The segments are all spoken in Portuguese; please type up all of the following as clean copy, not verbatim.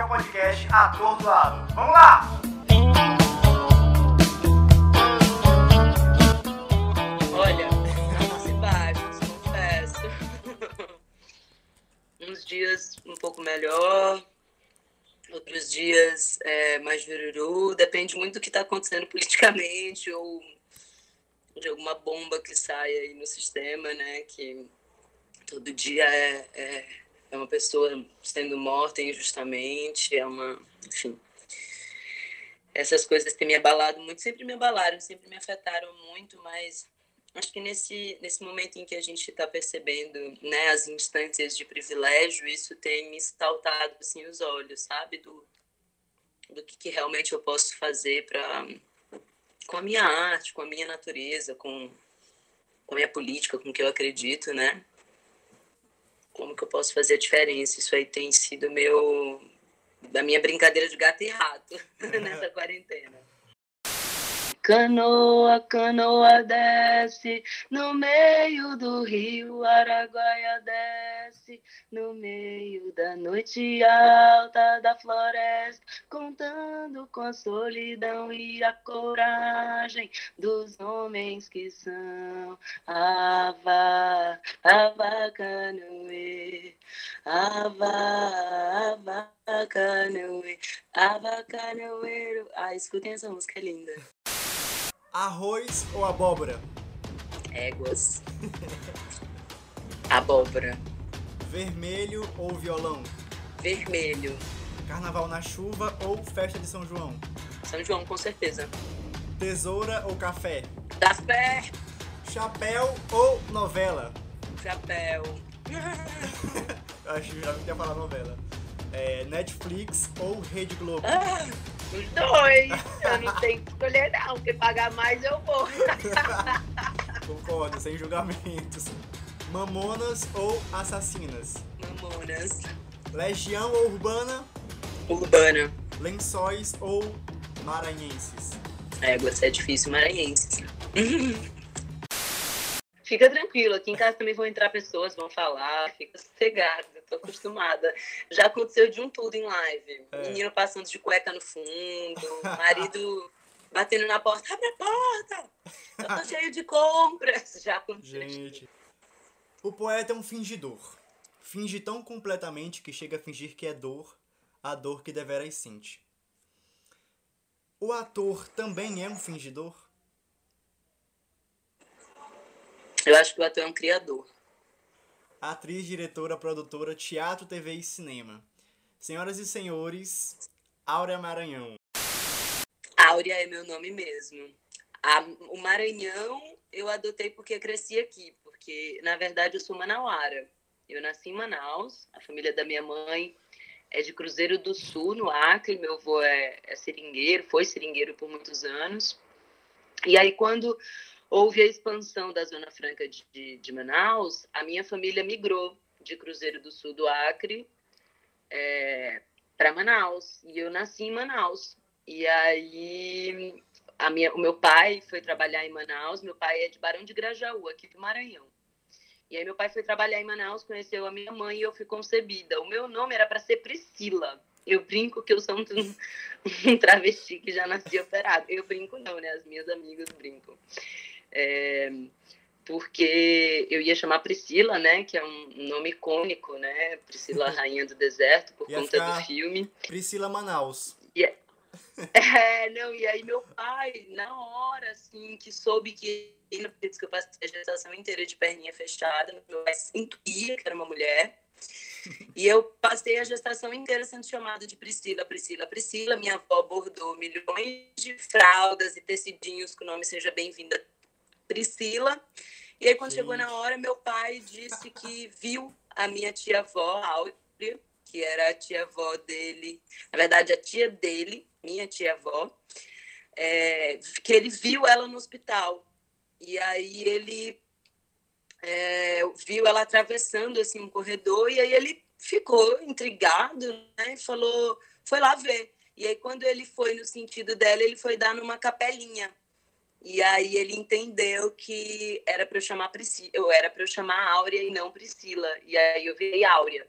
podcast Atordoado. Vamos lá! Olha, altos e baixos, confesso. Uns dias um pouco melhor, outros dias mais jururu. Depende muito do que está acontecendo politicamente ou de alguma bomba que sai aí no sistema, né? Que todo dia é uma pessoa sendo morta injustamente, enfim. Essas coisas têm me abalado muito, sempre me abalaram, sempre me afetaram muito, mas acho que nesse momento em que a gente está percebendo, né, as instâncias de privilégio, isso tem me saltado assim os olhos, sabe, do que realmente eu posso fazer com a minha arte, com a minha natureza, com a minha política, com o que eu acredito, né? Como que eu posso fazer a diferença? Isso aí tem sido da minha brincadeira de gato e rato nessa quarentena. Canoa desce no meio do rio, Araguaia desce no meio da noite alta da floresta, contando com a solidão e a coragem dos homens que são Canoe, Canoeiro. Escutem essa música, é linda. Arroz ou abóbora? Éguas. Abóbora. Vermelho ou violão? Vermelho. Carnaval na chuva ou festa de São João? São João, com certeza. Tesoura ou café? Café. Chapéu ou novela? Chapéu. Eu acho que já ia falar novela. Netflix ou Rede Globo? Os dois. Eu não tenho que escolher não, quem pagar mais eu vou. Concordo, sem julgamentos. Mamonas ou Assassinas? Mamonas. Legião ou Urbana? Urbana. Lençóis ou Maranhenses? Éguas, é difícil, maranhenses. Fica tranquilo, aqui em casa também vão entrar pessoas, vão falar, fica sossegado, eu tô acostumada. Já aconteceu de um tudo em live. Menino passando de cueca no fundo, marido batendo na porta, abre a porta, eu tô cheio de compras. Já aconteceu. Gente, o poeta é um fingidor. Finge tão completamente que chega a fingir que é dor, a dor que deveras sente. O ator também é um fingidor? Eu acho que o ator é um criador. Atriz, diretora, produtora, teatro, TV e cinema. Senhoras e senhores, Áurea Maranhão. Áurea é meu nome mesmo. O Maranhão eu adotei porque cresci aqui, porque na verdade eu sou manauara. Eu nasci em Manaus, a família da minha mãe é de Cruzeiro do Sul, no Acre. Meu avô é seringueiro, foi seringueiro por muitos anos. E aí quando houve a expansão da Zona Franca de Manaus, a minha família migrou de Cruzeiro do Sul do Acre para Manaus. E eu nasci em Manaus. E aí o meu pai foi trabalhar em Manaus. Meu pai é de Barão de Grajaú, aqui do Maranhão. E aí meu pai foi trabalhar em Manaus, conheceu a minha mãe e eu fui concebida. O meu nome era para ser Priscila. Eu brinco que eu sou um travesti que já nasci operado. Eu brinco não, né? As minhas amigas brincam. Porque eu ia chamar Priscila, né? Que é um nome icônico, né? Priscila, Rainha do Deserto, por conta do filme. Priscila Manaus. E aí meu pai, na hora, assim, que soube que eu passei a gestação inteira de perninha fechada, meu pai intuía que era uma mulher. E eu passei a gestação inteira sendo chamada de Priscila, Priscila, Priscila. Minha avó bordou milhões de fraldas e tecidinhos que o nome seja bem-vinda, Priscila. E aí, quando chegou na hora, meu pai disse que viu a minha tia-avó, Áurea, que era a tia-avó dele, na verdade, a tia dele, minha tia-avó, que ele viu ela no hospital. E aí ele viu ela atravessando assim, um corredor, e aí ele ficou intrigado, né? E foi lá ver. E aí, quando ele foi no sentido dela, ele foi dar numa capelinha. E aí ele entendeu que era para eu chamar Priscila, era para eu chamar Áurea e não Priscila. E aí eu virei Áurea.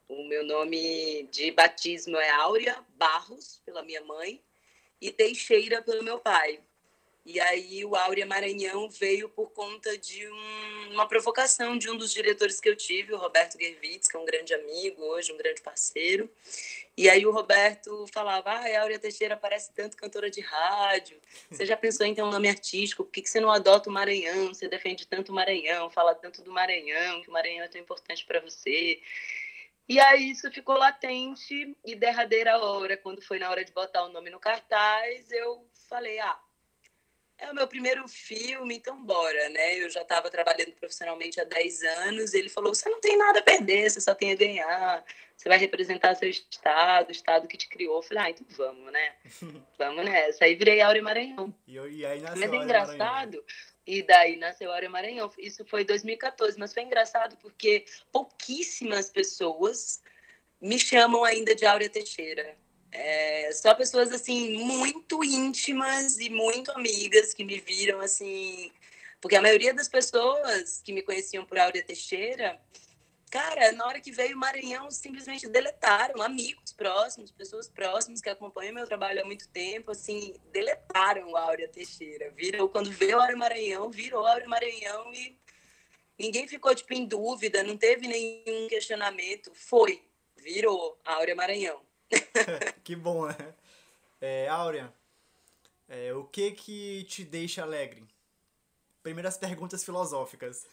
O meu nome de batismo é Áurea Barros, pela minha mãe, e Teixeira, pelo meu pai. E aí o Áurea Maranhão veio por conta de uma provocação de um dos diretores que eu tive, o Roberto Gervitz, que é um grande amigo hoje, um grande parceiro. E aí o Roberto falava, a Áurea Teixeira parece tanto cantora de rádio, você já pensou em ter um nome artístico, por que você não adota o Maranhão, você defende tanto o Maranhão, fala tanto do Maranhão, que o Maranhão é tão importante para você. E aí isso ficou latente, e derradeira hora, quando foi na hora de botar o nome no cartaz, eu falei, é o meu primeiro filme, então bora, né? Eu já estava trabalhando profissionalmente há 10 anos. Ele falou, você não tem nada a perder, você só tem a ganhar. Você vai representar seu estado, o estado que te criou. Eu falei, então vamos, né? Vamos nessa. Aí virei Áurea Maranhão. E aí nasceu Mas é Áurea Maranhão. engraçado, e daí nasceu Áurea Maranhão. Isso foi em 2014, mas foi engraçado porque pouquíssimas pessoas me chamam ainda de Áurea Teixeira. Só pessoas, assim, muito íntimas e muito amigas que me viram, assim... Porque a maioria das pessoas que me conheciam por Áurea Teixeira, cara, na hora que veio o Maranhão, simplesmente deletaram. Amigos próximos, pessoas próximas que acompanham meu trabalho há muito tempo, assim, deletaram o Áurea Teixeira. Quando veio o Áurea Maranhão, virou Áurea Maranhão e ninguém ficou, tipo, em dúvida, não teve nenhum questionamento. Virou Áurea Maranhão. Que bom, né? Áurea, o que te deixa alegre? Primeiras perguntas filosóficas.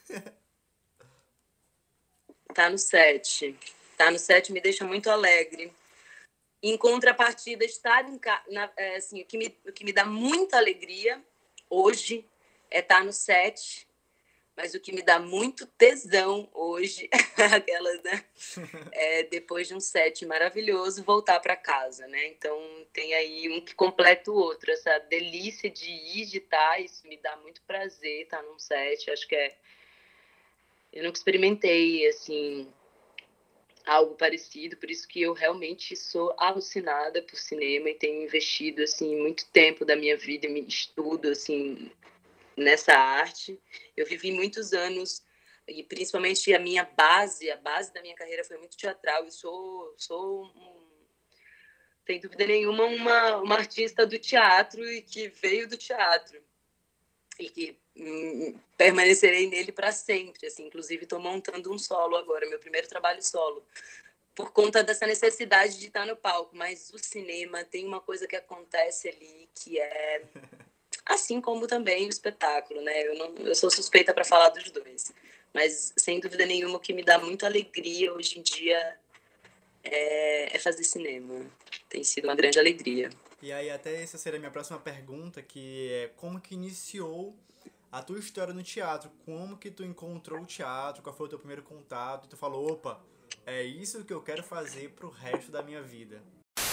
Tá no 7. Tá no 7 me deixa muito alegre. Em contrapartida, estar assim, o que me dá muita alegria hoje é estar no 7. Mas o que me dá muito tesão hoje, aquelas, né? Depois de um 7 maravilhoso, voltar para casa, né? Então, tem aí um que completa o outro. Essa delícia de ir, de estar, isso me dá muito prazer, estar num 7. Acho que eu nunca experimentei, assim, algo parecido, por isso que eu realmente sou alucinada por cinema e tenho investido, assim, muito tempo da minha vida em estudo, assim, nessa arte. Eu vivi muitos anos, e principalmente a base da minha carreira foi muito teatral. Eu sou sem dúvida nenhuma, uma artista do teatro e que veio do teatro. E que permanecerei nele para sempre. Assim, inclusive, estou montando um solo agora, meu primeiro trabalho solo, por conta dessa necessidade de estar no palco. Mas o cinema tem uma coisa que acontece ali que é... Assim como também o espetáculo, né? Eu sou suspeita para falar dos dois. Mas, sem dúvida nenhuma, o que me dá muita alegria hoje em dia é fazer cinema. Tem sido uma grande alegria. E aí, até essa seria a minha próxima pergunta, que é como que iniciou a tua história no teatro? Como que tu encontrou o teatro? Qual foi o teu primeiro contato? E tu falou, opa, é isso que eu quero fazer pro resto da minha vida.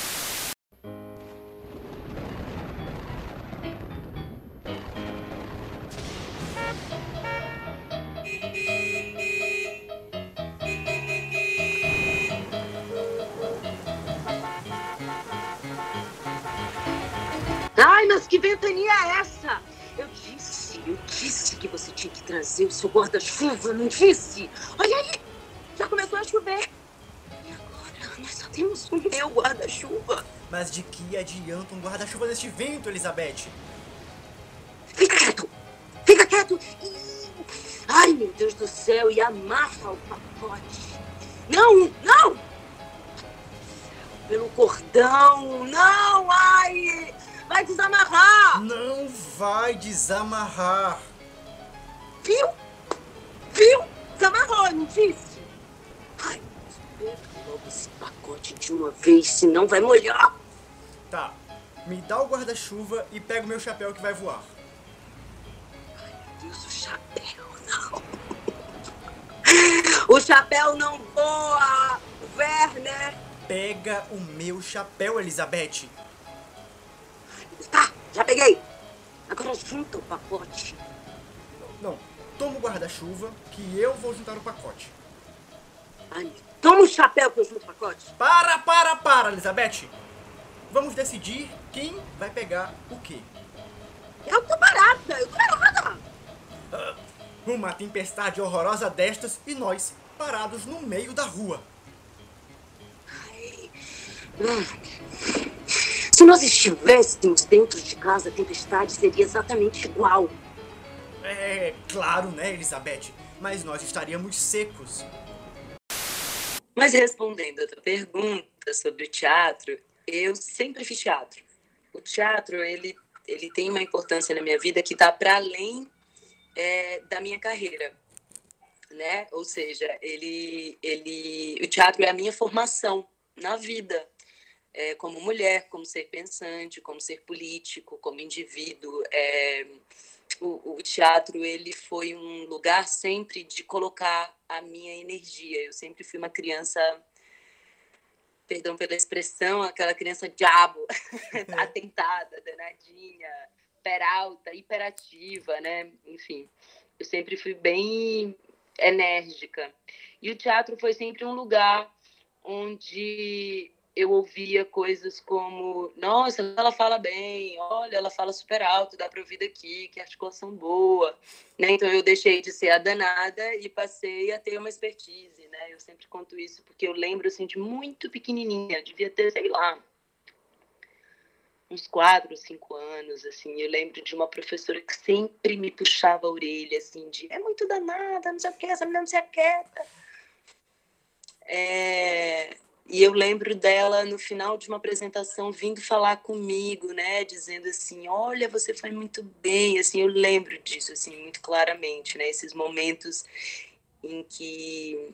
Ai, mas que ventania é essa? Eu disse que você tinha que trazer o seu guarda-chuva, não disse? Olha aí, já começou a chover. E agora? Nós só temos o meu guarda-chuva. Mas de que adianta um guarda-chuva neste vento, Elizabeth? Fica quieto! Fica quieto! Ai, meu Deus do céu, e amarra o pacote. Não, não! Pelo cordão, não, ai! Vai desamarrar! Não vai desamarrar! Viu? Viu? Desamarrou, não disse? Ai, pega logo esse pacote de uma vez, senão vai molhar. Tá, me dá o guarda-chuva e pega o meu chapéu que vai voar. Ai, meu Deus, o chapéu, não. O chapéu não voa, Werner. Pega o meu chapéu, Elizabeth. Tá, já peguei. Agora junta o pacote. Não, toma o guarda-chuva que eu vou juntar o pacote. Ai, toma o chapéu que eu junto o pacote. Para, Elizabeth. Vamos decidir quem vai pegar o quê. Eu tô parada. Uma tempestade horrorosa destas e nós parados no meio da rua. Se nós estivéssemos dentro de casa, a tempestade seria exatamente igual. É claro, né, Elizabeth? Mas nós estaríamos secos. Mas respondendo a tua pergunta sobre o teatro, eu sempre fiz teatro. O teatro, ele tem uma importância na minha vida que está para além da minha carreira, né? Ou seja, o teatro é a minha formação na vida, como mulher, como ser pensante, como ser político, como indivíduo. O teatro, ele foi um lugar sempre de colocar a minha energia. Eu sempre fui uma criança, perdão pela expressão, aquela criança diabo, atentada, danadinha, peralta, hiperativa, né? Enfim, eu sempre fui bem enérgica. E o teatro foi sempre um lugar onde eu ouvia coisas como: nossa, ela fala bem, olha, ela fala super alto, dá para ouvir daqui, que articulação boa, né? Então eu deixei de ser a danada e passei a ter uma expertise, né? Eu sempre conto isso porque eu lembro, assim, de muito pequenininha, devia ter, sei lá, uns 4, 5 anos, assim. Eu lembro de uma professora que sempre me puxava a orelha, assim, de: é muito danada, não sei o que, essa menina não se aquieta. E eu lembro dela, no final de uma apresentação, vindo falar comigo, né, dizendo assim: olha, você foi muito bem. Assim, eu lembro disso, assim, muito claramente, né, esses momentos em que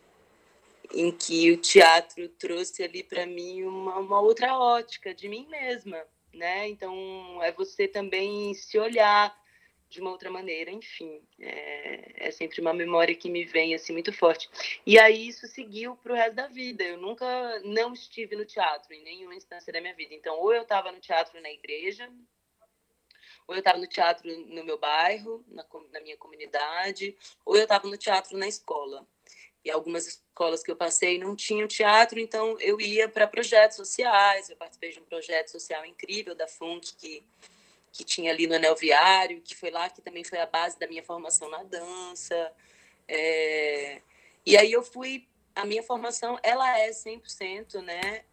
o teatro trouxe ali para mim uma outra ótica de mim mesma, né? Então, é você também se olhar de uma outra maneira, enfim, é sempre uma memória que me vem assim muito forte. E aí isso seguiu para o resto da vida. Eu nunca não estive no teatro em nenhuma instância da minha vida. Então, ou eu estava no teatro na igreja, ou eu estava no teatro no meu bairro, na minha comunidade, ou eu estava no teatro na escola. E algumas escolas que eu passei não tinham teatro, então eu ia para projetos sociais. Eu participei de um projeto social incrível da FUNC, que tinha ali no Anel Viário, que foi lá que também foi a base da minha formação na dança. E aí eu fui... A minha formação, ela é 100%, né,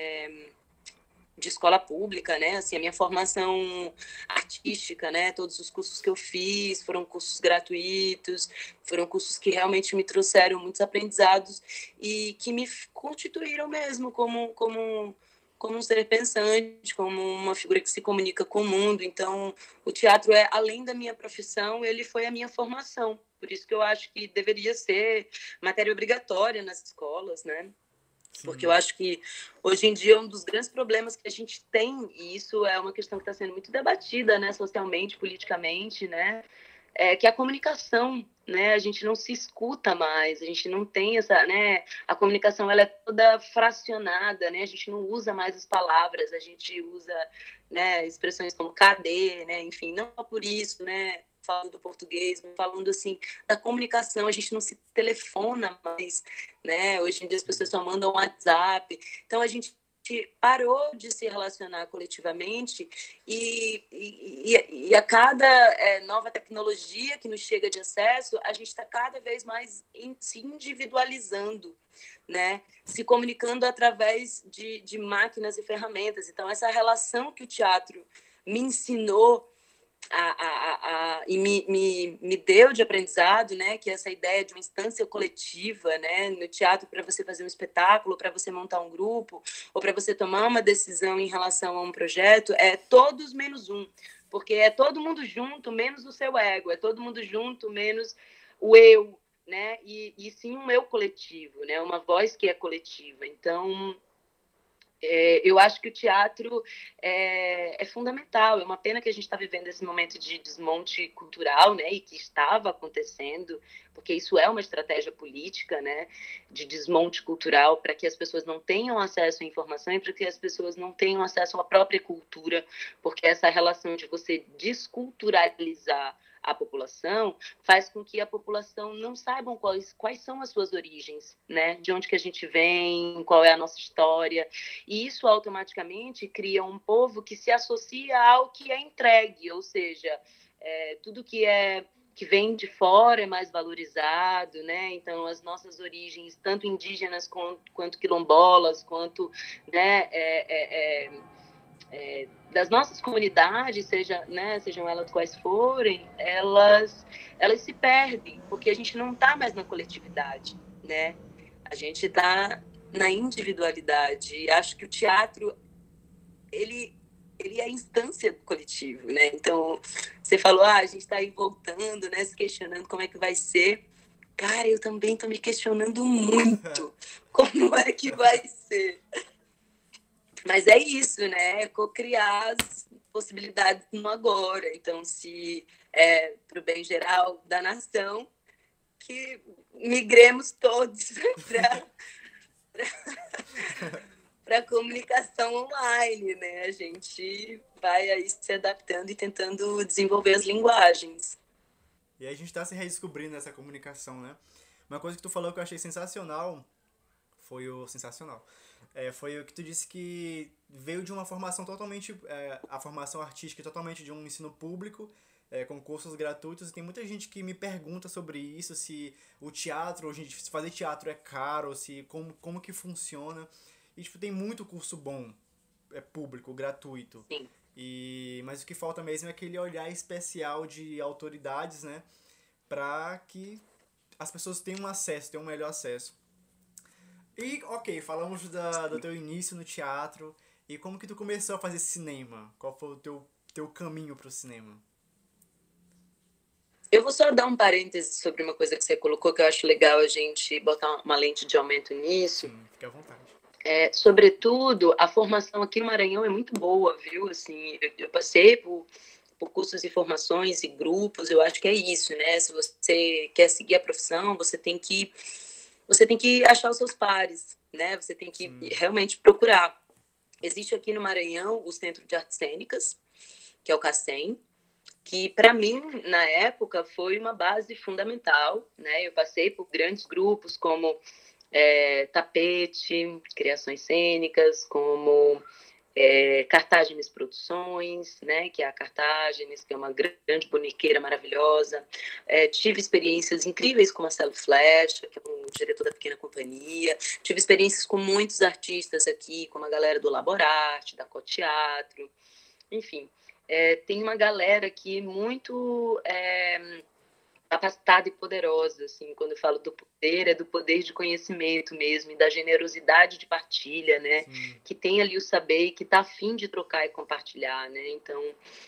de escola pública, né? Assim, a minha formação artística, né? Todos os cursos que eu fiz foram cursos gratuitos, foram cursos que realmente me trouxeram muitos aprendizados e que me constituíram mesmo como um ser pensante, como uma figura que se comunica com o mundo. Então, o teatro é, além da minha profissão, ele foi a minha formação. Por isso que eu acho que deveria ser matéria obrigatória nas escolas, né? Porque eu acho que hoje em dia um dos grandes problemas que a gente tem, e isso é uma questão que está sendo muito debatida, né, socialmente, politicamente, né, é que a comunicação, né, a gente não se escuta mais, a gente não tem essa, né, a comunicação ela é toda fracionada, né, a gente não usa mais as palavras, a gente usa, né, expressões como cadê, né, enfim, não só por isso, né, falando do português, falando assim da comunicação, a gente não se telefona mais, né, hoje em dia as pessoas só mandam WhatsApp, então a gente parou de se relacionar coletivamente e a cada nova tecnologia que nos chega de acesso, a gente está cada vez mais se individualizando, né? Se comunicando através de máquinas e ferramentas. Então, essa relação que o teatro me ensinou e me deu de aprendizado, né, que é essa ideia de uma instância coletiva, né, no teatro, para você fazer um espetáculo, para você montar um grupo, ou para você tomar uma decisão em relação a um projeto, é todos menos um, porque é todo mundo junto, menos o seu ego, é todo mundo junto, menos o eu, né, e sim um eu coletivo, né, uma voz que é coletiva. Então, eu acho que o teatro é fundamental. É uma pena que a gente está vivendo esse momento de desmonte cultural, né, e que estava acontecendo, porque isso é uma estratégia política, né, de desmonte cultural para que as pessoas não tenham acesso à informação e para que as pessoas não tenham acesso à própria cultura, porque essa relação de você desculturalizar a população faz com que a população não saibam quais são as suas origens, né? De onde que a gente vem, qual é a nossa história. E isso automaticamente cria um povo que se associa ao que é entregue, ou seja, tudo que é que vem de fora é mais valorizado, né? Então, as nossas origens, tanto indígenas quanto quilombolas, quanto, né, das nossas comunidades, sejam elas quais forem, elas se perdem, porque a gente não está mais na coletividade, né? A gente está na individualidade. E acho que o teatro, ele é a instância do coletivo, né? Então, você falou, a gente está aí voltando, né? Se questionando como é que vai ser. Cara, eu também estou me questionando muito como é que vai ser. Mas é isso, né? É co-criar as possibilidades no agora. Então, se é para o bem geral da nação, que migremos todos para a comunicação online, né? A gente vai aí se adaptando e tentando desenvolver as linguagens. E aí a gente tá se redescobrindo nessa comunicação, né? Uma coisa que tu falou que eu achei sensacional foi o que tu disse que veio de uma formação totalmente, a formação artística totalmente de um ensino público, com cursos gratuitos, e tem muita gente que me pergunta sobre isso, se o teatro, hoje, se fazer teatro é caro, se como que funciona. E tipo, tem muito curso bom, público, gratuito. Sim. Mas o que falta mesmo é aquele olhar especial de autoridades, né? Pra que as pessoas tenham um melhor acesso. E, ok, falamos do teu início no teatro. E como que tu começou a fazer cinema? Qual foi o teu caminho pro cinema? Eu vou só dar um parêntese sobre uma coisa que você colocou, que eu acho legal a gente botar uma lente de aumento nisso. Sim, fique à vontade. Sobretudo, a formação aqui no Maranhão é muito boa, viu? Assim, eu passei por cursos e formações e grupos, eu acho que é isso, né? Se você quer seguir a profissão, você tem que achar os seus pares, né? Você tem que realmente procurar. Existe aqui no Maranhão o Centro de Artes Cênicas, que é o CACEM, que para mim, na época, foi uma base fundamental, né? Eu passei por grandes grupos como Tapete, Criações Cênicas, como Cartágenes Produções, né, que é a Cartágenes, que é uma grande bonequeira maravilhosa. Tive experiências incríveis com Marcelo Flecha, que é o diretor da Pequena Companhia. Tive experiências com muitos artistas aqui, como a galera do Laborarte, da Coteatro. Enfim, tem uma galera aqui muito capacitada e poderosa, assim, quando eu falo do poder, é do poder de conhecimento mesmo, e da generosidade de partilha, né? Sim. Que tem ali o saber e que está a fim de trocar e compartilhar, né? Então,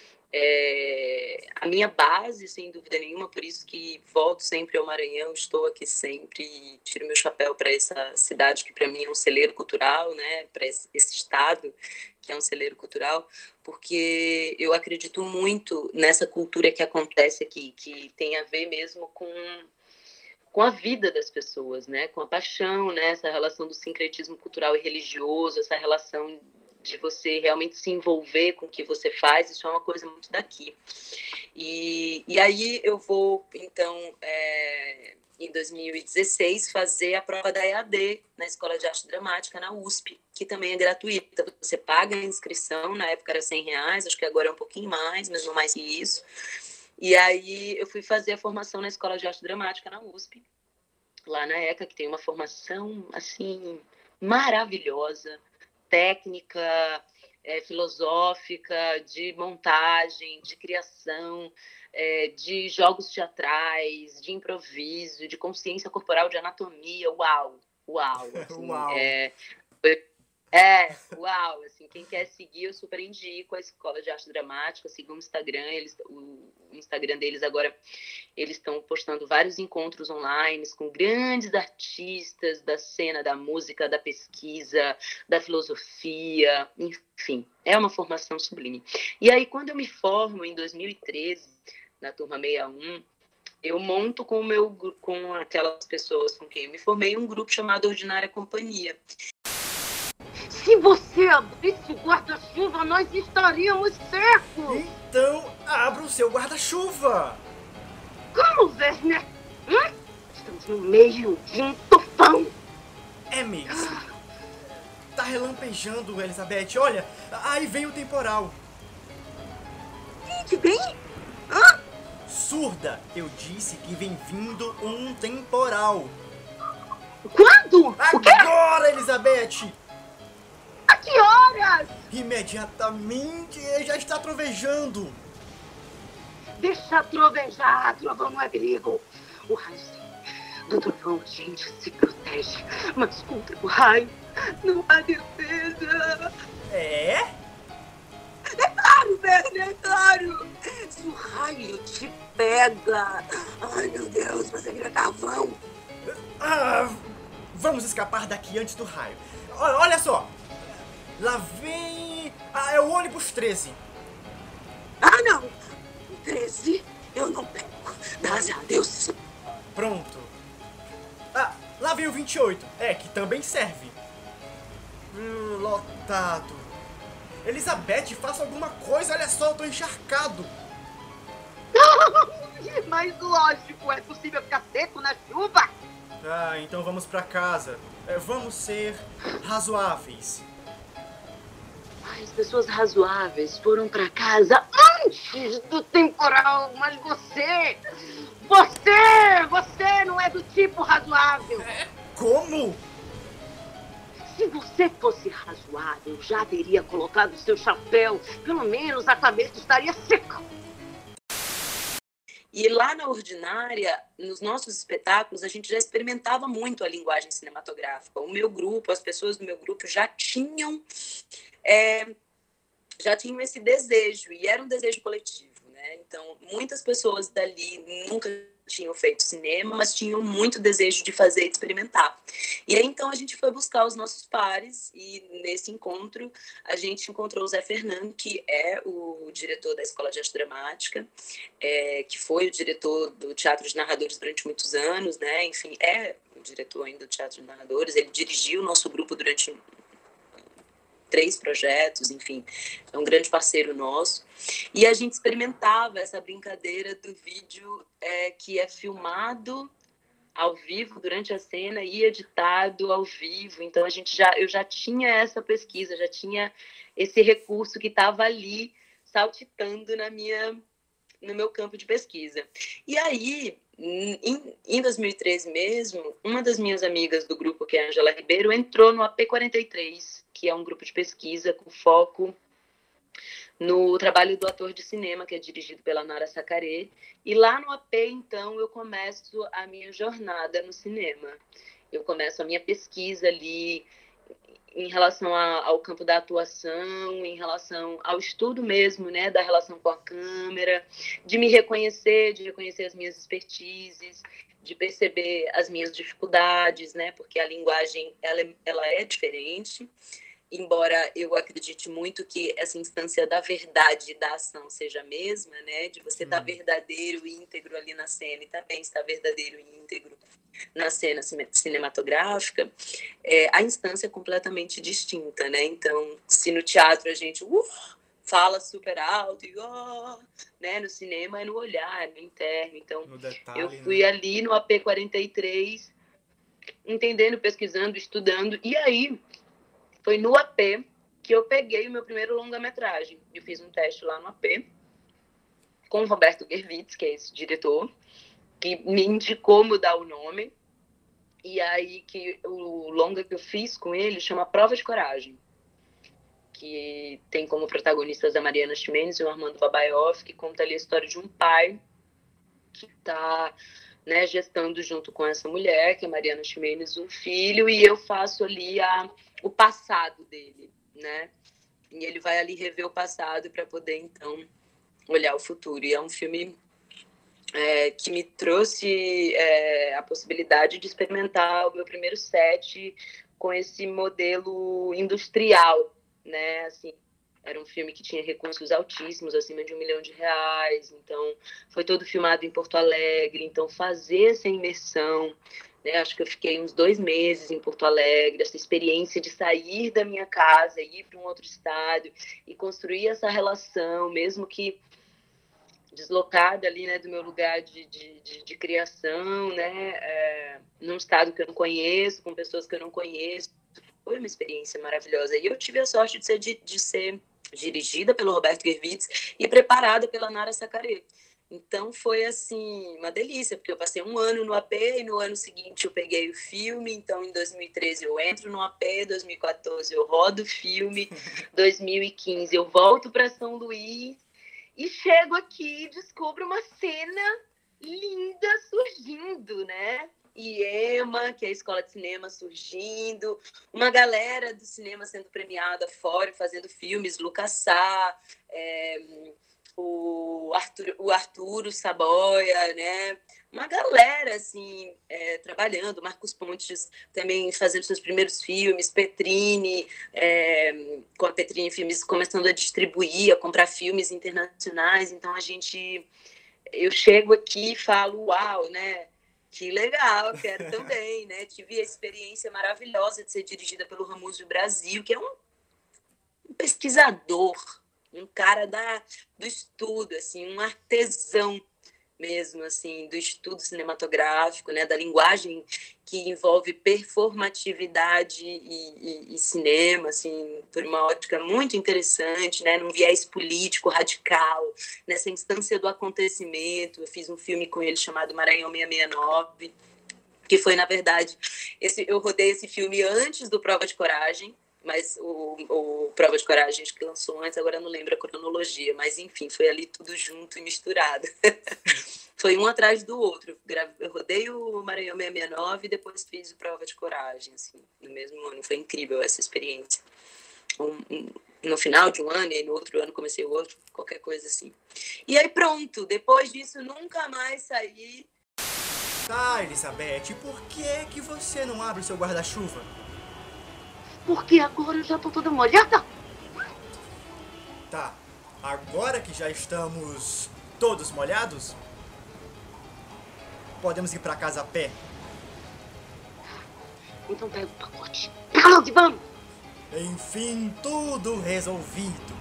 a minha base, sem dúvida nenhuma, por isso que volto sempre ao Maranhão, estou aqui sempre e tiro meu chapéu para essa cidade que para mim é um celeiro cultural, né? Para esse estado que é um celeiro cultural, porque eu acredito muito nessa cultura que acontece aqui, que tem a ver mesmo com a vida das pessoas, né? Com a paixão, né? Essa relação do sincretismo cultural e religioso, essa relação de você realmente se envolver com o que você faz, isso é uma coisa muito daqui. E aí eu vou, então, em 2016, fazer a prova da EAD na Escola de Arte Dramática, na USP, que também é gratuita. Você paga a inscrição, na época era R$100, acho que agora é um pouquinho mais, mas não mais que isso. E aí eu fui fazer a formação na Escola de Arte Dramática, na USP, lá na ECA, que tem uma formação, assim, maravilhosa, técnica, filosófica, de montagem, de criação, de jogos teatrais, de improviso, de consciência corporal, de anatomia. Uau! Assim, Uau! Uau! Assim, quem quer seguir, eu super indico a Escola de Arte Dramática, sigam o Instagram, o Instagram deles agora, eles estão postando vários encontros online com grandes artistas da cena da música, da pesquisa, da filosofia, enfim, é uma formação sublime. E aí, quando eu me formo em 2013, na turma 61, eu monto com aquelas pessoas com quem eu me formei um grupo chamado Ordinária Companhia. Se você abrisse o guarda-chuva, nós estaríamos secos! Então, abra o seu guarda-chuva! Como, Werner? Estamos no meio de um tufão! É mesmo. Tá relampejando, Elizabeth. Olha, aí vem o temporal. Que vem? surda! Eu disse que vem vindo um temporal. Quando? O quê? Agora, Elizabeth! A que horas? Imediatamente, já está trovejando. Deixa trovejar, trovão não é perigo. O raio sim. Do trovão a gente se protege, mas contra o raio não há defesa. É? É claro, Werner, é claro. Se o raio te pega... Ai, meu Deus, você vira carvão. Vamos escapar daqui antes do raio. Olha só. Lá vem... é o ônibus 13. Ah, não. 13 eu não pego. Graças a Deus. Pronto. Lá vem o 28. Que também serve. Lotado. Elizabeth, faça alguma coisa. Olha só, eu tô encharcado. Mas lógico, é possível ficar seco na chuva? Então vamos pra casa. Vamos ser razoáveis. As pessoas razoáveis foram pra casa antes do temporal, mas você não é do tipo razoável. Como? Se você fosse razoável, já teria colocado seu chapéu. Pelo menos a cabeça estaria seca. E lá na Ordinária, nos nossos espetáculos, a gente já experimentava muito a linguagem cinematográfica. O meu grupo, as pessoas do meu grupo já tinham esse desejo, e era um desejo coletivo, né? Então, muitas pessoas dali nunca tinham feito cinema, mas tinham muito desejo de fazer e experimentar. E aí, então, a gente foi buscar os nossos pares, e nesse encontro, a gente encontrou o Zé Fernando, que é o diretor da Escola de Arte Dramática, que foi o diretor do Teatro de Narradores durante muitos anos, né? Enfim, é o diretor ainda do Teatro de Narradores. Ele dirigiu o nosso grupo durante 3 projetos, enfim, é um grande parceiro nosso. E a gente experimentava essa brincadeira do vídeo que é filmado ao vivo durante a cena e editado ao vivo. Então eu já tinha essa pesquisa, já tinha esse recurso que estava ali saltitando no meu campo de pesquisa. E aí, em 2013 mesmo, uma das minhas amigas do grupo, que é a Angela Ribeiro, entrou no AP43, que é um grupo de pesquisa com foco no trabalho do ator de cinema, que é dirigido pela Nara Sacaré. E lá no AP, então, eu começo a minha jornada no cinema. Eu começo a minha pesquisa ali em relação ao campo da atuação, em relação ao estudo mesmo, né, da relação com a câmera, de me reconhecer, de reconhecer as minhas expertises, de perceber as minhas dificuldades, né, porque a linguagem ela é diferente, embora eu acredite muito que essa instância da verdade e da ação seja a mesma, né, de você estar verdadeiro e íntegro ali na cena e também estar verdadeiro e íntegro na cena cinematográfica, a instância é completamente distinta, né? Então, se no teatro a gente fala super alto e né? No cinema é no olhar, no interno. Então, no detalhe, eu fui ali no AP43, entendendo, pesquisando, estudando, e aí foi no AP que eu peguei o meu primeiro longa-metragem. Eu fiz um teste lá no AP com o Roberto Gervitz, que é esse diretor, que me indicou mudar o nome. E aí que o longa que eu fiz com ele chama Prova de Coragem, que tem como protagonistas a Mariana Ximenes e o Armando Babaioff, que conta ali a história de um pai que está, né, gestando junto com essa mulher, que é Mariana Ximenes, um filho, e eu faço ali o passado dele, né? E ele vai ali rever o passado para poder, então, olhar o futuro. E é um filme que me trouxe a possibilidade de experimentar o meu primeiro set com esse modelo industrial, né? Assim, era um filme que tinha recursos altíssimos, acima de R$1 milhão. Então, foi todo filmado em Porto Alegre. Então, fazer essa imersão, né? Acho que eu fiquei uns 2 meses em Porto Alegre, essa experiência de sair da minha casa, ir para um outro estado e construir essa relação, mesmo que deslocada ali, né, do meu lugar de criação, né, num estado que eu não conheço, com pessoas que eu não conheço. Foi uma experiência maravilhosa. E eu tive a sorte de ser dirigida pelo Roberto Gervitz e preparada pela Nara Sacaré. Então foi assim uma delícia, porque eu passei um ano no AP e no ano seguinte eu peguei o filme. Então em 2013 eu entro no AP, 2014 eu rodo o filme, 2015 eu volto para São Luís e chego aqui e descubro uma cena linda surgindo, né? IEMA, que é a escola de cinema surgindo, uma galera do cinema sendo premiada fora, fazendo filmes, Lucas Sá, o Arturo Saboia, né? Uma galera, assim, trabalhando, Marcos Pontes também fazendo seus primeiros filmes, Petrini, com a Petrini Filmes começando a distribuir, a comprar filmes internacionais. Então, eu chego aqui e falo, uau, né? Que legal, quero também, né? Tive a experiência maravilhosa de ser dirigida pelo Ramuzio Brasil, que é um pesquisador, um cara do estudo, assim, um artesão mesmo, assim, do estudo cinematográfico, né, da linguagem que envolve performatividade e cinema, assim, por uma ótica muito interessante, né, num viés político radical, nessa instância do acontecimento. Eu fiz um filme com ele chamado Maranhão 669, que foi, na verdade, eu rodei esse filme antes do Prova de Coragem, mas o Prova de Coragem acho que lançou antes, agora eu não lembro a cronologia, mas enfim, foi ali tudo junto e misturado. Foi um atrás do outro. Eu rodei o Maranhão 669 e depois fiz o Prova de Coragem, assim, no mesmo ano. Foi incrível essa experiência. No final de um ano e no outro ano comecei o outro, qualquer coisa assim. E aí pronto, depois disso nunca mais saí. Tá, Elizabeth, por que você não abre o seu guarda-chuva? Porque agora eu já tô toda molhada. Tá, agora que já estamos todos molhados, podemos ir pra casa a pé? Então pega o pacote. Pega logo e vamos! Enfim, tudo resolvido.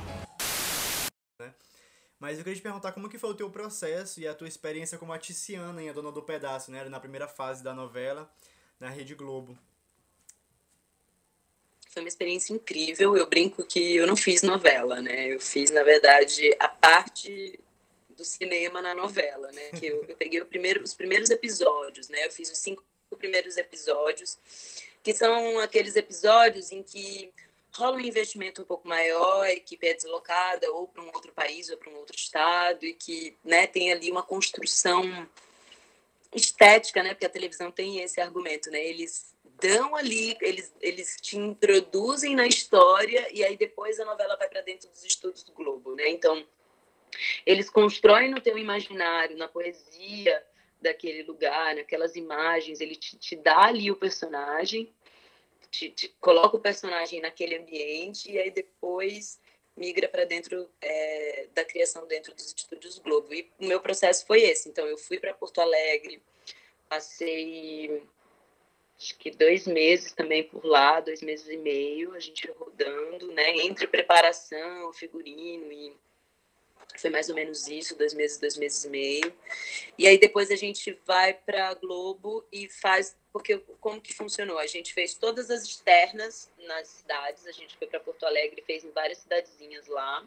Mas eu queria te perguntar como que foi o teu processo e a tua experiência como a Tiziana em A Dona do Pedaço, né? Na primeira fase da novela, na Rede Globo. Foi uma experiência incrível. Eu brinco que eu não fiz novela, né? Eu fiz, na verdade, a parte do cinema na novela, né? Que eu peguei os primeiros episódios, né? Eu fiz os 5 primeiros episódios, que são aqueles episódios em que rola um investimento um pouco maior, a equipe é deslocada ou para um outro país ou para um outro estado e que, né, tem ali uma construção estética, né? Porque a televisão tem esse argumento, né? Eles dão ali, eles te introduzem na história e aí depois a novela vai para dentro dos estúdios do Globo, né? Então, eles constroem no teu imaginário, na poesia daquele lugar, naquelas imagens, ele te dá ali o personagem, te coloca o personagem naquele ambiente e aí depois migra para dentro da criação dentro dos estúdios Globo. E o meu processo foi esse. Então, eu fui para Porto Alegre, passei acho que 2 meses também por lá, 2 meses e meio, a gente rodando, né? Entre preparação, figurino e foi mais ou menos isso, 2 meses e meio. E aí depois a gente vai para a Globo e faz... Porque como que funcionou? A gente fez todas as externas nas cidades. A gente foi para Porto Alegre e fez em várias cidadezinhas lá.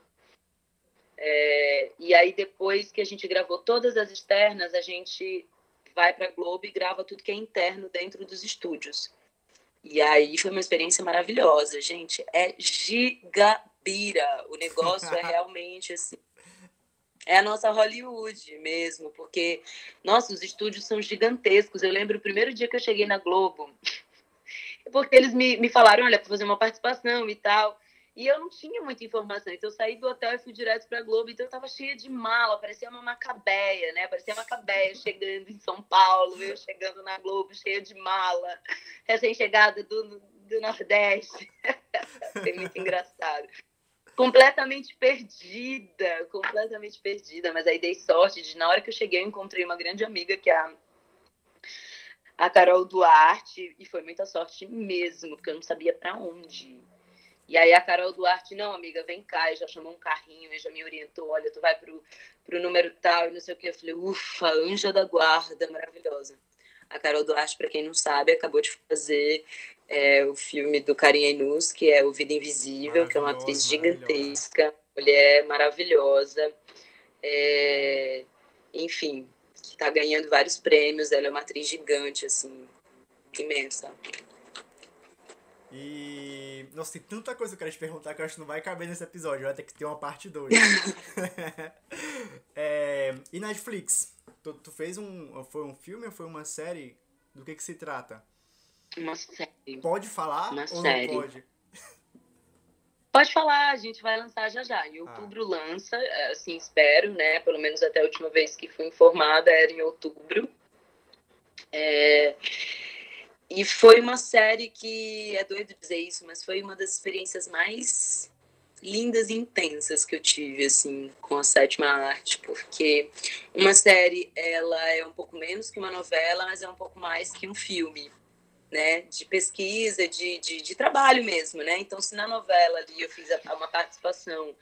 E aí depois que a gente gravou todas as externas, a gente vai para a Globo e grava tudo que é interno dentro dos estúdios. E aí foi uma experiência maravilhosa, gente. É gigabira. O negócio é realmente assim... É a nossa Hollywood mesmo, porque, nossa, os estúdios são gigantescos. Eu lembro o primeiro dia que eu cheguei na Globo, porque eles me falaram, olha, para fazer uma participação e tal, e eu não tinha muita informação, então eu saí do hotel e fui direto para a Globo, então eu estava cheia de mala, parecia uma macabeia, né? Parecia uma macabeia chegando em São Paulo, eu chegando na Globo cheia de mala, recém-chegada do Nordeste. Foi muito engraçado. Completamente perdida, mas aí dei sorte de, na hora que eu cheguei, eu encontrei uma grande amiga, que é a Carol Duarte, e foi muita sorte mesmo, porque eu não sabia para onde. E aí a Carol Duarte, não, amiga, vem cá, e já chamou um carrinho, e já me orientou, olha, tu vai pro número tal, e não sei o que. Eu falei, ufa, anja da guarda, maravilhosa. A Carol Duarte, para quem não sabe, acabou de fazer o filme do Karim Ainuz, que é O Vida Invisível, que é uma atriz gigantesca, mulher maravilhosa. enfim, que tá ganhando vários prêmios. Ela é uma atriz gigante, assim, imensa. E... Nossa, tem tanta coisa que eu quero te perguntar que eu acho que não vai caber nesse episódio. Vai ter que ter uma parte 2. E Netflix? Tu fez Foi um filme ou foi uma série? Do que se trata? Uma série. Pode falar Uma ou série. não pode? Pode falar, a gente vai lançar já já. Em outubro lança, assim, espero, né? Pelo menos até a última vez que fui informada era em outubro. E foi uma série que, é doido dizer isso, mas foi uma das experiências mais lindas e intensas que eu tive, assim, com a Sétima Arte, porque uma série, ela é um pouco menos que uma novela, mas é um pouco mais que um filme, né, de pesquisa, de trabalho mesmo, né, então se na novela ali eu fiz uma participação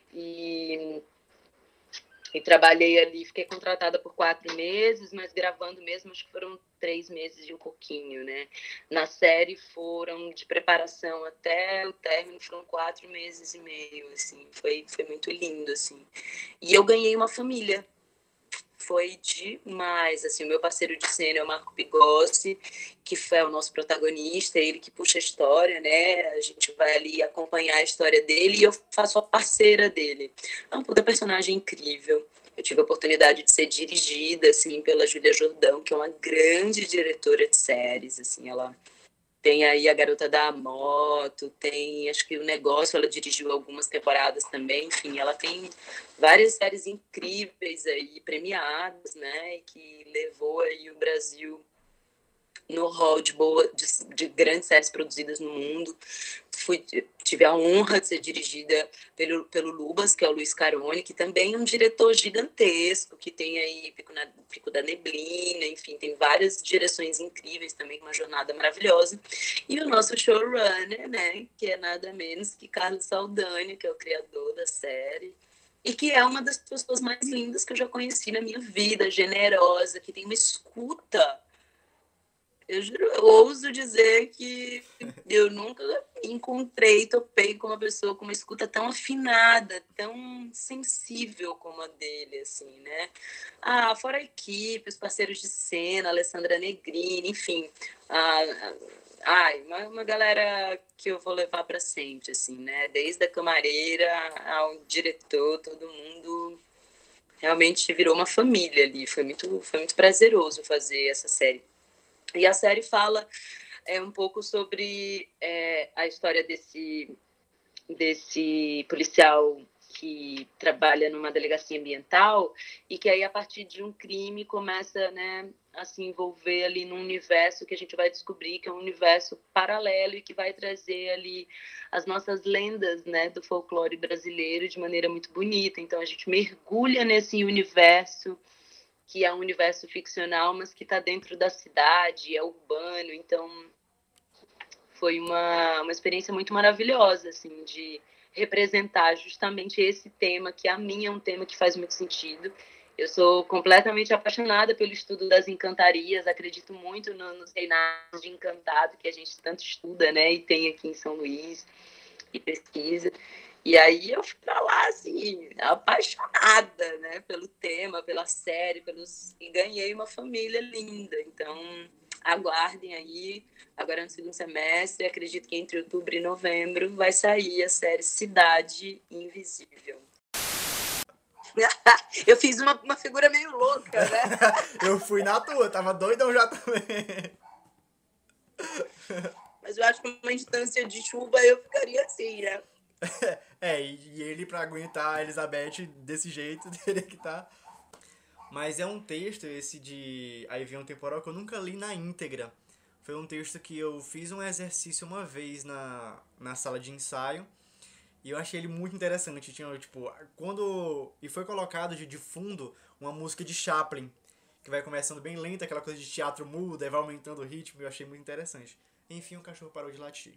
e trabalhei ali, fiquei contratada por 4 meses, mas gravando mesmo, acho que foram 3 meses e um pouquinho, né? Na série foram, de preparação até o término, foram 4 meses e meio, assim, foi muito lindo, assim. E eu ganhei uma família, foi demais, assim, o meu parceiro de cena é o Marco Pigossi, que foi o nosso protagonista, ele que puxa a história, né, a gente vai ali acompanhar a história dele e eu faço a parceira dele. É um puta personagem incrível. Eu tive a oportunidade de ser dirigida, assim, pela Júlia Jordão, que é uma grande diretora de séries, assim, ela tem aí a Garota da Moto, tem, acho que o Negócio, ela dirigiu algumas temporadas também, enfim, ela tem várias séries incríveis aí, premiadas, né, que levou aí o Brasil no hall de grandes séries produzidas no mundo. Tive a honra de ser dirigida pelo Lubas, que é o Luiz Carone, que também é um diretor gigantesco, que tem aí Pico da Neblina, enfim, tem várias direções incríveis também, uma jornada maravilhosa. E o nosso showrunner, né, que é nada menos que Carlos Saldanha, que é o criador da série, e que é uma das pessoas mais lindas que eu já conheci na minha vida, generosa, que tem uma escuta. Eu juro, eu ouso dizer que eu nunca topei com uma pessoa com uma escuta tão afinada, tão sensível como a dele, assim, né? Fora a equipe, os parceiros de cena, Alessandra Negrini, enfim. Uma galera que eu vou levar para sempre, assim, né? Desde a camareira ao diretor, todo mundo realmente virou uma família ali. Foi muito prazeroso fazer essa série. E a série fala um pouco sobre a história desse policial que trabalha numa delegacia ambiental e que aí, a partir de um crime, começa, né, a se envolver ali num universo que a gente vai descobrir que é um universo paralelo e que vai trazer ali as nossas lendas, né, do folclore brasileiro de maneira muito bonita. Então, a gente mergulha nesse universo que é um universo ficcional, mas que está dentro da cidade, é urbano. Então, foi uma experiência muito maravilhosa, assim, de representar justamente esse tema, que a mim é um tema que faz muito sentido. Eu sou completamente apaixonada pelo estudo das encantarias, acredito muito nos reinados de encantado que a gente tanto estuda, né, e tem aqui em São Luís, e pesquisa. E aí eu fui pra lá, assim, apaixonada, né, pelo tema, pela série, e ganhei uma família linda. Então, aguardem aí, agora no segundo semestre, acredito que entre outubro e novembro vai sair a série Cidade Invisível. Eu fiz uma figura meio louca, né? Eu fui na tua, tava doidão já também. Mas eu acho que uma instância de chuva eu ficaria assim, né? E ele, pra aguentar a Elizabeth desse jeito, teria que estar... Mas é um texto, esse de Aí Vem um Temporal, que eu nunca li na íntegra. Foi um texto que eu fiz um exercício uma vez na sala de ensaio, e eu achei ele muito interessante. Tinha, tipo, e foi colocado de fundo uma música de Chaplin, que vai começando bem lenta, aquela coisa de teatro mudo, aí vai aumentando o ritmo, e eu achei muito interessante. Enfim, o cachorro parou de latir.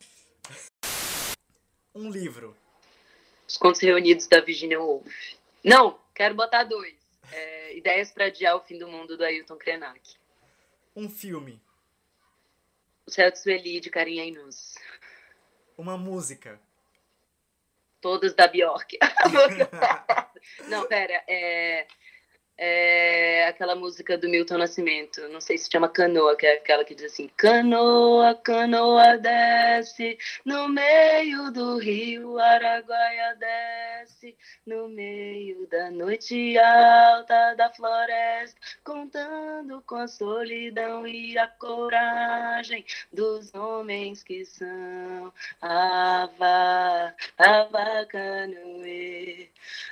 Um livro. Os Contos Reunidos, da Virginia Woolf. Não, quero botar 2. Ideias para Adiar o Fim do Mundo, do Ailton Krenak. Um filme. O Céu de Sueli, de Karin Ainus. Uma música. Todas da Bjork. Não, pera. É aquela música do Milton Nascimento, não sei se chama Canoa, que é aquela que diz assim: Canoa, canoa desce, no meio do rio Araguaia desce, no meio da noite alta da floresta, contando com a solidão e a coragem dos homens que são Ava canoe,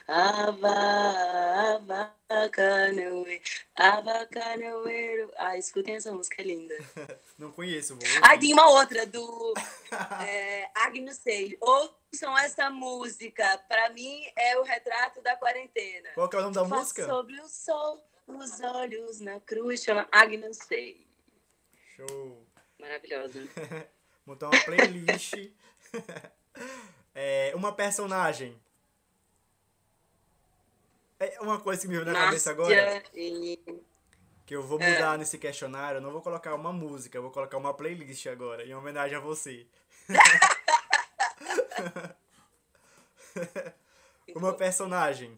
Ava canoe, canoeiro. Ai, escutem essa música, é linda. Não conheço, vou Ai, ouvir. tem uma outra do Agnus Dei. Ouçam essa música. Pra mim, é o retrato da quarentena. Qual que é o nome da Faço música? sobre o sol, os olhos na cruz. Chama Agnus Dei. Show. Maravilhosa. Montar uma playlist. Uma personagem. É uma coisa que me veio na cabeça agora, Márcia e... que eu vou mudar nesse questionário, eu não vou colocar uma música, eu vou colocar uma playlist agora, em homenagem a você. Uma personagem.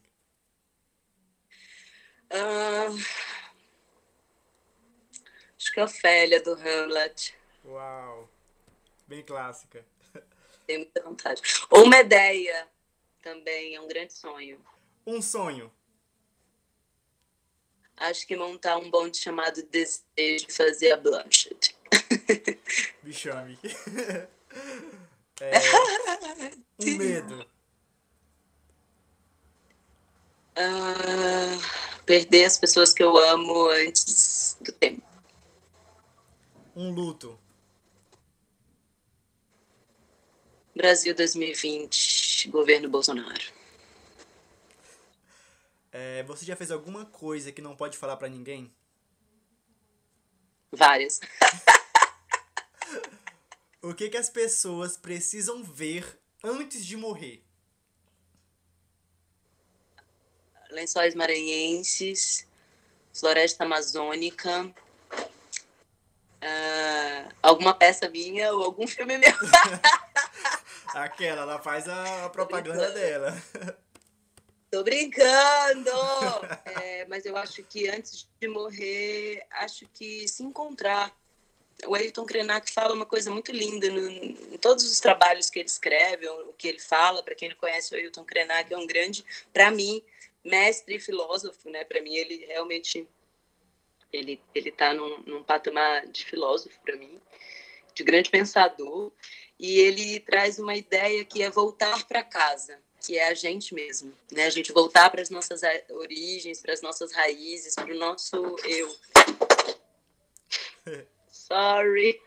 Acho que é a Ofélia do Hamlet. Uau. Bem clássica. Tenho muita vontade. Ou Medeia também, é um grande sonho. Um sonho. Acho que montar um bonde chamado Desejo e fazer a Blanchett. Me chame. Um medo. Perder as pessoas que eu amo antes do tempo. Um luto. Brasil 2020, governo Bolsonaro. Você já fez alguma coisa que não pode falar pra ninguém? Várias. O que as pessoas precisam ver antes de morrer? Lençóis Maranhenses, Floresta Amazônica, alguma peça minha ou algum filme meu. Aquela, ela faz a propaganda dela. Tô brincando! Mas eu acho que antes de morrer, acho que se encontrar. O Ailton Krenak fala uma coisa muito linda em todos os trabalhos que ele escreve, o que ele fala. Para quem não conhece, o Ailton Krenak é um grande, para mim, mestre e filósofo, né? Para mim, ele realmente ele tá num patamar de filósofo para mim, de grande pensador. E ele traz uma ideia que é voltar para casa, que é a gente mesmo, né? A gente voltar para as nossas origens, para as nossas raízes, para o nosso eu. Sorry.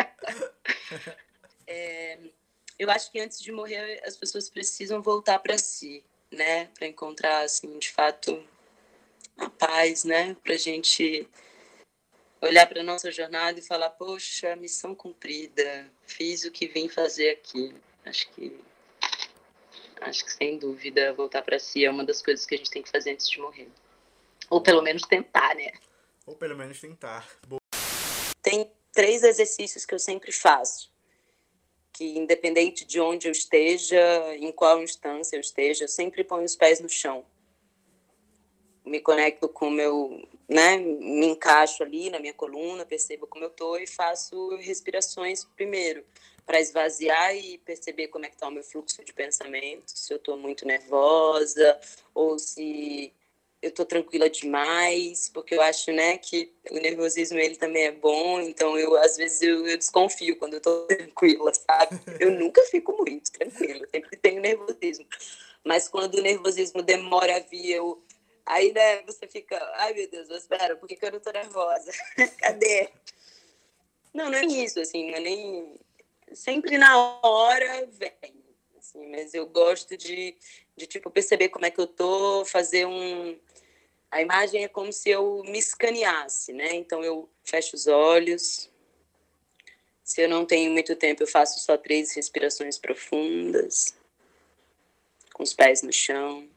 Eu acho que antes de morrer as pessoas precisam voltar para si, né? Para encontrar, assim, de fato, a paz, né? Para a gente olhar para nossa jornada e falar: poxa, missão cumprida, fiz o que vim fazer aqui. Acho que sem dúvida voltar para si é uma das coisas que a gente tem que fazer antes de morrer, ou pelo menos tentar, né? Ou pelo menos tentar. Tem 3 exercícios que eu sempre faço, que independente de onde eu esteja, em qual instância eu esteja, eu sempre ponho os pés no chão. Me conecto com o meu, né? Me encaixo ali na minha coluna, percebo como eu tô e faço respirações primeiro, para esvaziar e perceber como é que tá o meu fluxo de pensamento, se eu tô muito nervosa ou se eu tô tranquila demais, porque eu acho, né, que o nervosismo ele também é bom, então às vezes eu desconfio quando eu tô tranquila, sabe? Eu nunca fico muito tranquila, sempre tenho nervosismo. Mas quando o nervosismo demora a vir, aí, né, você fica, ai meu Deus, espera, por que eu não tô nervosa? Cadê? Não é isso, assim, não é nem... Sempre na hora vem, assim, mas eu gosto de tipo, perceber como é que eu tô, fazer A imagem é como se eu me escaneasse, né? Então eu fecho os olhos. Se eu não tenho muito tempo, eu faço só 3 respirações profundas, com os pés no chão.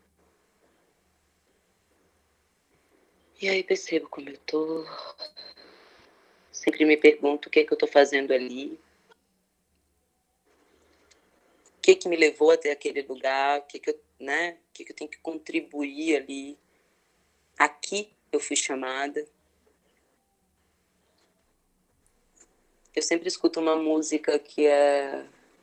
E aí percebo como eu tô. Sempre me pergunto o que eu tô fazendo ali. O que me levou até aquele lugar, o que eu tenho que contribuir ali Aqui eu fui chamada. Eu sempre escuto uma música que é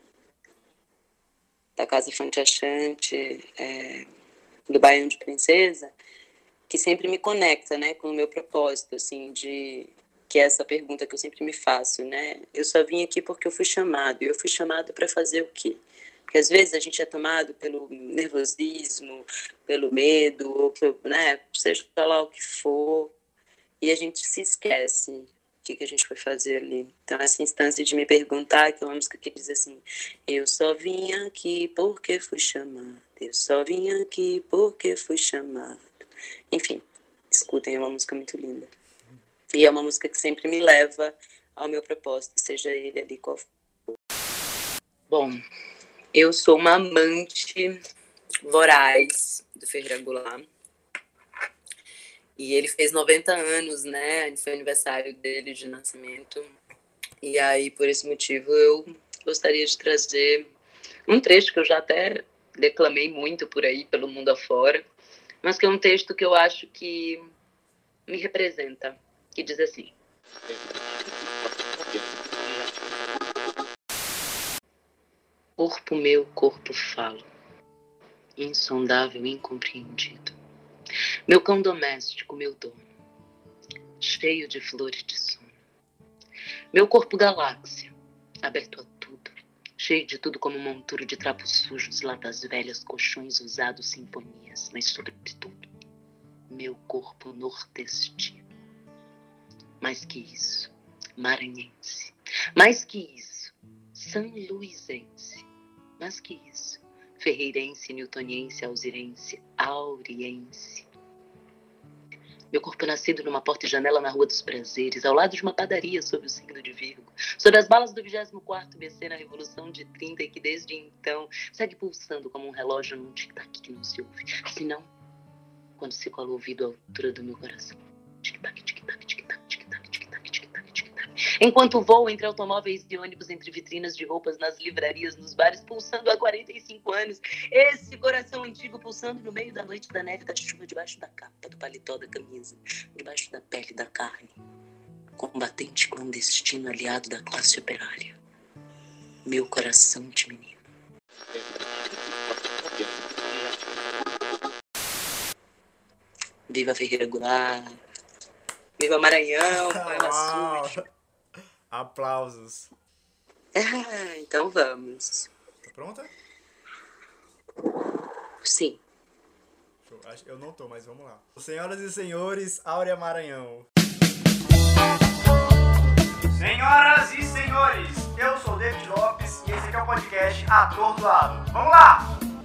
da Casa Fonte Achante, do Baião de Princesa, que sempre me conecta, né, com o meu propósito, assim, que é essa pergunta que eu sempre me faço, né? Eu só vim aqui porque eu fui chamado. E eu fui chamado para fazer o quê? Porque às vezes a gente é tomado pelo nervosismo, pelo medo, ou né, seja lá o que for, e a gente se esquece o que a gente foi fazer ali. Então, essa instância de me perguntar, que é uma música que diz assim: eu só vim aqui porque fui chamado, eu só vim aqui porque fui chamado. Enfim, escutem, é uma música muito linda. E é uma música que sempre me leva ao meu propósito, seja ele ali qual for. Bom, eu sou uma amante voraz do Ferreira Goulart. E ele fez 90 anos, né? Foi aniversário dele de nascimento. E aí, por esse motivo, eu gostaria de trazer um trecho que eu já até declamei muito por aí, pelo mundo afora, mas que é um texto que eu acho que me representa, que diz assim: corpo meu, corpo falo, insondável, incompreendido. Meu cão doméstico, meu dono, cheio de flores de sono. Meu corpo galáxia, aberto a tudo, cheio de tudo como montura de trapos sujos, latas velhas, colchões usados, sinfonias, mas sobretudo, meu corpo nordestino. Mais que isso, maranhense. Mais que isso, sanluisense. Mais que isso, ferreirense, newtoniense, alzirense, auriense. Meu corpo nascido numa porta e janela na Rua dos Prazeres, ao lado de uma padaria sob o signo de Virgo, sob as balas do 24º BC na Revolução de 30 e que desde então segue pulsando como um relógio num tic-tac que não se ouve. Senão, quando se cola o ouvido à altura do meu coração. Tic-tac, tic-tac, tic-tac, tic-tac, tic-tac, tic-tac, tic-tac. Enquanto voo entre automóveis e ônibus, entre vitrinas de roupas, nas livrarias, nos bares, pulsando há 45 anos. Esse coração antigo pulsando no meio da noite, da neve, da chuva, debaixo da capa, do paletó, da camisa, debaixo da pele, da carne. Combatente clandestino, aliado da classe operária. Meu coração de menino. Viva Ferreira Goulart. Viva Maranhão, poema sujo. Aplausos. Então vamos. Tá pronta? Sim. Eu não tô, mas vamos lá. Senhoras e senhores, Áurea Maranhão. Senhoras e senhores, eu sou o David Lopes e esse aqui é o podcast Atordoado. Vamos lá!